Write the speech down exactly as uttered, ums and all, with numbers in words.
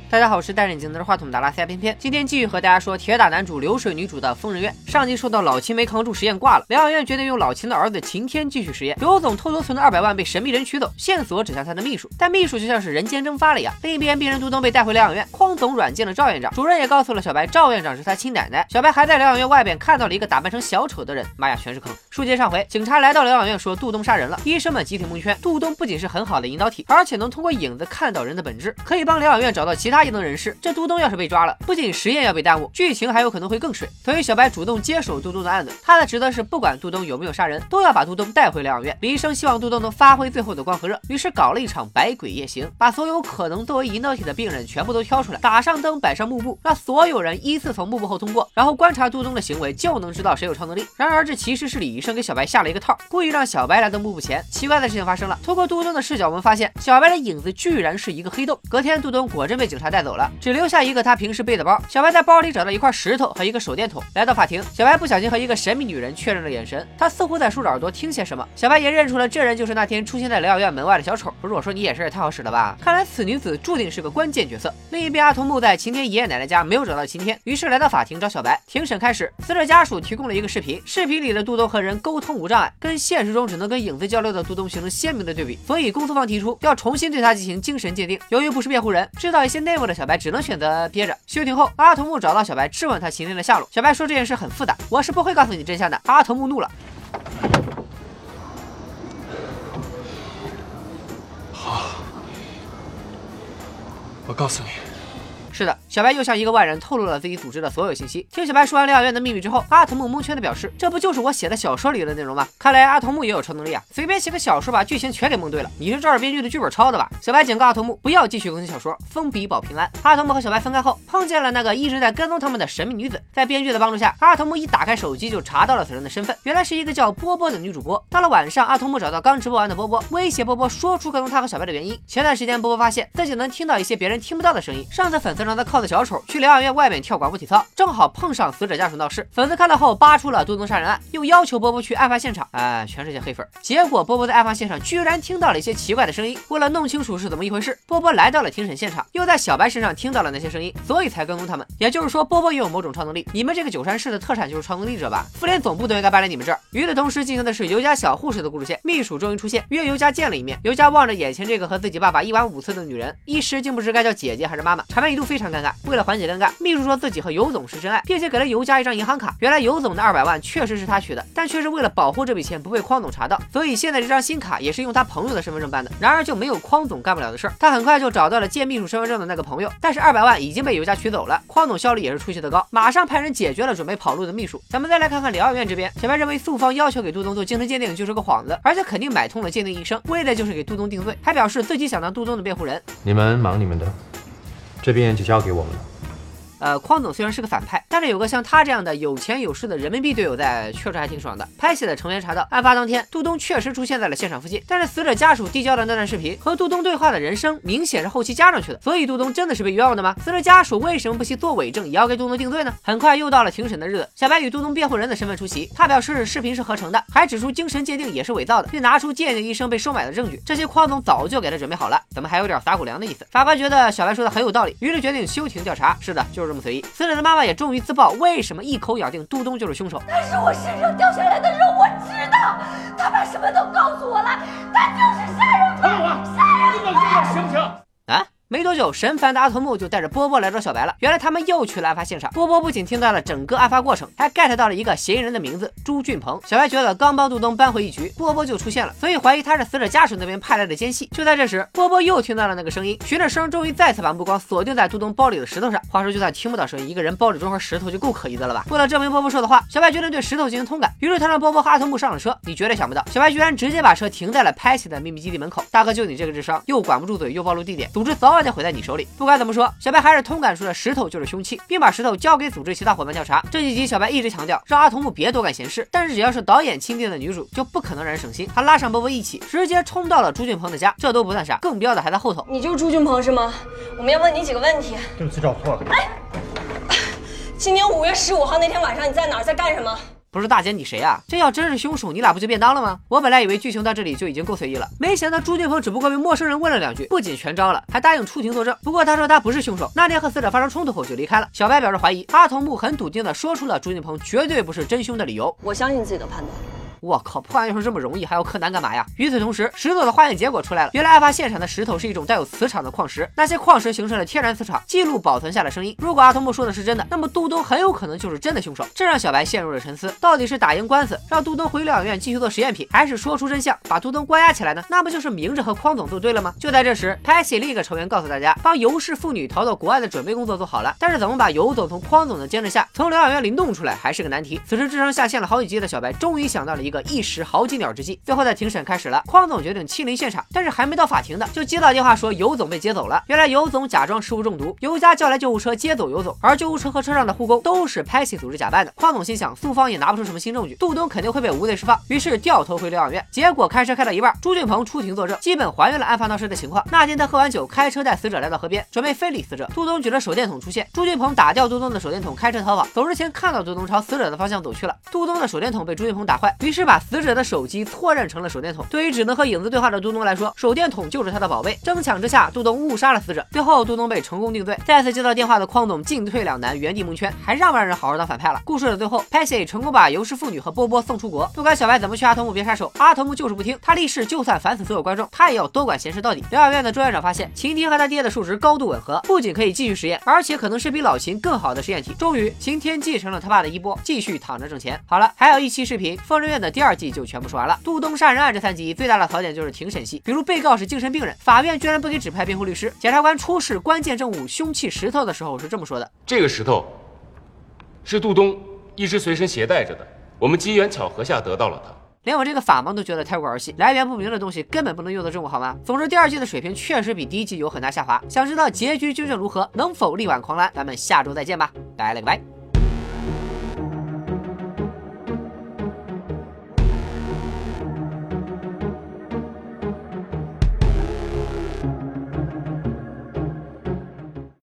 大家好，我是戴着眼镜拿着话筒的拉斯加偏偏，今天继续和大家说铁打男主流水女主的疯人院。上集说到老秦没扛住实验挂了，疗养院决定用老秦的儿子晴天继续实验。刘总偷偷存的二百万被神秘人取走，线索指向他的秘书，但秘书就像是人间蒸发了一样。另一边，病人杜东被带回疗养院，匡总软禁了赵院长，主任也告诉了小白赵院长是他亲奶奶。小白还在疗养院外边看到了一个打扮成小丑的人，妈呀，全是坑。书接上回，警察来到疗养院说杜东杀人了，医生们集体蒙圈。杜东不仅是很好的引导体，而且能通过影子看到人的本质，可以帮疗养院找到其他异能人士。这杜东要是被抓了，不仅实验要被耽误，剧情还有可能会更水。所以小白主动接手杜东的案子，他的职责是不管杜东有没有杀人，都要把杜东带回疗养院。李医生希望杜东能发挥最后的光和热，于是搞了一场百鬼夜行，把所有可能作为引导体的病人全部都挑出来，打上灯，摆上幕布，让所有人依次从幕布后通过，然后观察杜东的行为，就能知道谁有超能力。然而这其实是李医生给小白下了一个套，故意让小白来到幕布前。奇怪的事情发生了，通过杜东的视角，我们发现小白的影子居然是一个黑洞。隔天，杜东果真被警察带走了，只留下一个他平时背的包。小白在包里找到一块石头和一个手电筒。来到法庭，小白不小心和一个神秘女人确认了眼神，她似乎在竖着耳朵听些什么。小白也认出了这人就是那天出现在疗养院门外的小丑。不是我说你眼神也太好使了吧？看来此女子注定是个关键角色。另一边，阿童木在晴天爷爷奶奶家没有找到晴天，于是来到法庭找小白。庭审开始，死者家属提供了一个视频，视频里的杜东和人沟通无障碍，跟现实中只能跟影子交流的杜东形成鲜明的对比。所以公诉方提出要重新对他进行精神鉴定。由于不是辩护人，知道一些内幕的小白只能选择憋着。休庭后，阿童木找到小白，质问他晴天的下落。小白说这件事很复杂，我是不会告诉你真相的。阿童木怒了。 好，我告诉你。 是的，小白又向一个外人透露了自己组织的所有信息。听小白说完疗养院的秘密之后，阿童木蒙圈的表示，这不就是我写的小说里的内容吗？看来阿童木也有超能力啊！随便写个小说把剧情全给蒙对了，你是照着编剧的剧本抄的吧？小白警告阿童木不要继续更新小说，封笔保平安。阿童木和小白分开后，碰见了那个一直在跟踪他们的神秘女子。在编剧的帮助下，阿童木一打开手机就查到了此人的身份，原来是一个叫波波的女主播。到了晚上，阿童木找到刚直播完的波波，威胁波波说出跟踪他和小白的原因。前段时间，波波发现自己能听到一些别人听不到的声音。上次粉丝让他靠的小丑去疗养院外面跳广播体操，正好碰上死者家属闹事，粉丝看到后扒出了杜东杀人案，又要求波波去案发现场。哎，全是些黑粉。结果波波在案发现场居然听到了一些奇怪的声音，为了弄清楚是怎么一回事，波波来到了庭审现场，又在小白身上听到了那些声音，所以才跟踪他们。也就是说，波波也有某种超能力。你们这个九山市的特产就是超能力者吧？妇联总部都应该搬来你们这儿。与此同时，进行的是尤家小护士的故事线。秘书终于出现，约尤家见了一面。尤家望着眼前这个和自己爸爸一晚五次的女人，一时竟不知该叫姐姐还是妈妈，场面一度非常尴尬。为了缓解尴尬，秘书说自己和尤总是真爱，并且给了尤家一张银行卡。原来尤总的二百万确实是他取的，但却是为了保护这笔钱不被匡总查到，所以现在这张新卡也是用他朋友的身份证办的。然而就没有匡总干不了的事儿，他很快就找到了借秘书身份证的那个朋友，但是二百万已经被尤家取走了。匡总效率也是出奇的高，马上派人解决了准备跑路的秘书。咱们再来看看疗养院这边，小白认为诉方要求给杜东做精神鉴定就是个幌子，而且肯定买通了鉴定医生，为的就是给杜东定罪，还表示自己想当杜东的辩护人。 你们忙你们的，这边就交给我们了。 呃，匡总虽然是个反派，但是有个像他这样的有钱有势的人民币队友在，确实还挺爽的。拍戏的成员查到，案发当天，杜东确实出现在了现场附近，但是死者家属递交的那段视频和杜东对话的人声明显是后期加上去的，所以杜东真的是被冤枉的吗？死者家属为什么不惜做伪证也要给杜东定罪呢？很快又到了庭审的日子，小白以杜东辩护人的身份出席，他表示视频是合成的，还指出精神鉴定也是伪造的，并拿出鉴定医生被收买的证据，这些匡总早就给他准备好了，怎么还有点撒狗粮的意思？法官觉得小白说的很有道理，于是决定休庭调查。是的，就是这么随意。死者的妈妈也终于自曝为什么一口咬定杜东就是凶手。 那是我身上掉下来的肉，我知道，他把什么都告诉我了，他就是杀人犯，杀人犯， 行不行？ 啊？没多久，神烦的阿童木就带着波波来找小白了。原来他们又去了案发现场。波波不仅听到了整个案发过程，还 get 到了一个嫌疑人的名字朱俊鹏。小白觉得刚帮杜东扳回一局，波波就出现了，所以怀疑他是死者家属那边派来的奸细。就在这时，波波又听到了那个声音，循着声终于再次把目光锁定在杜东包里的石头上。话说，就算听不到声音，一个人包里装块石头就够可疑的了吧？为了证明波波说的话，小白决定对石头进行通感，于是他让波波和阿童木上了车。你绝对想不到，小白居然直接把车停在了拍戏的秘密基地门口。大哥，就你这个智商，又管不住嘴，又暴露地点，组织早晚得毁在你手里。不管怎么说，小白还是通感出了石头就是凶器，并把石头交给组织其他伙伴调查。这几集小白一直强调让阿童木别多干闲事，但是只要是导演钦定的女主，就不可能让人省心。他拉上波波一起，直接冲到了朱俊鹏的家，这都不算啥，更彪的还在后头。 你就是朱俊鹏是吗？我们要问你几个问题。 对不起，找错了。 哎，今年五月十五号那天晚上你在哪儿，在干什么？ 不是大姐你谁啊？这要真是凶手，你俩不就便当了吗？我本来以为剧情到这里就已经够随意了，没想到朱俊鹏只不过被陌生人问了两句，不仅全招了，还答应出庭作证。不过他说他不是凶手，那天和死者发生冲突后就离开了。小白表示怀疑，阿童木很笃定的说出了朱俊鹏绝对不是真凶的理由。 我相信自己的判断。 我靠，破案要是这么容易，还要柯南干嘛呀？与此同时，石头的化验结果出来了。原来案发现场的石头是一种带有磁场的矿石，那些矿石形成了天然磁场，记录保存下了声音。如果阿童木说的是真的，那么杜东很有可能就是真的凶手。这让小白陷入了沉思：到底是打赢官司，让杜东回疗养院继续做实验品，还是说出真相，把杜东关押起来呢？那不就是明着和匡总作对了吗？就在这时，派系另一个成员告诉大家，帮尤氏父女逃到国外的准备工作做好了，但是怎么把尤总从匡总的监制下从疗养院里弄出来，还是个难题。此时智商下线了好几级的小白，终于想到了一个一石好几鸟之计。最后在庭审开始了，匡总决定亲临现场，但是还没到法庭的，就接到电话说尤总被接走了。原来尤总假装食物中毒，尤家叫来救护车接走尤总，而救护车和车上的护工都是拍戏组织假扮的。匡总心想，诉方也拿不出什么新证据，杜东肯定会被无罪释放，于是掉头回疗养院。结果开车开到一半，朱俊鹏出庭作证，基本还原了案发当时的情况。那天他喝完酒，开车带死者来到河边，准备非礼死者。杜东举着手电筒出现，朱俊鹏打掉杜东的手电筒，开车逃跑。走之前看到杜东朝死者的方向走去了，杜东的手电筒被朱俊鹏打坏，于是把死者的手机错认成了手电筒。对于只能和影子对话的杜东来说，手电筒就是他的宝贝。争抢之下，杜东误杀了死者，最后杜东被成功定罪。再次接到电话的匡总进退两难，原地蒙圈，还让不让人好好当反派了？故事的最后，派西成功把尤氏父女和波波送出国。不管小白怎么劝阿童木别杀手，阿童木就是不听。他立誓，就算烦死所有观众，他也要多管闲事到底。疗养院的周院长发现晴天和他爹的数值高度吻合，不仅可以继续实验，而且可能是比老秦更好的实验体。终于，晴天继承了他爸的衣钵，继续躺着挣钱。好了，还有一期视频，疯人院的第二季就全部说完了。杜东杀人案这三集最大的槽点就是庭审戏，比如被告是精神病人，法院居然不给指派辩护律师。检察官出示关键证物凶器石头的时候是这么说的： 这个石头是杜东一直随身携带着的，我们机缘巧合下得到了它。 连我这个法盲都觉得太过儿戏，来源不明的东西根本不能用作证物好吗？总之第二季的水平确实比第一季有很大下滑。想知道结局究竟如何，能否力挽狂澜？咱们下周再见吧，拜了个拜。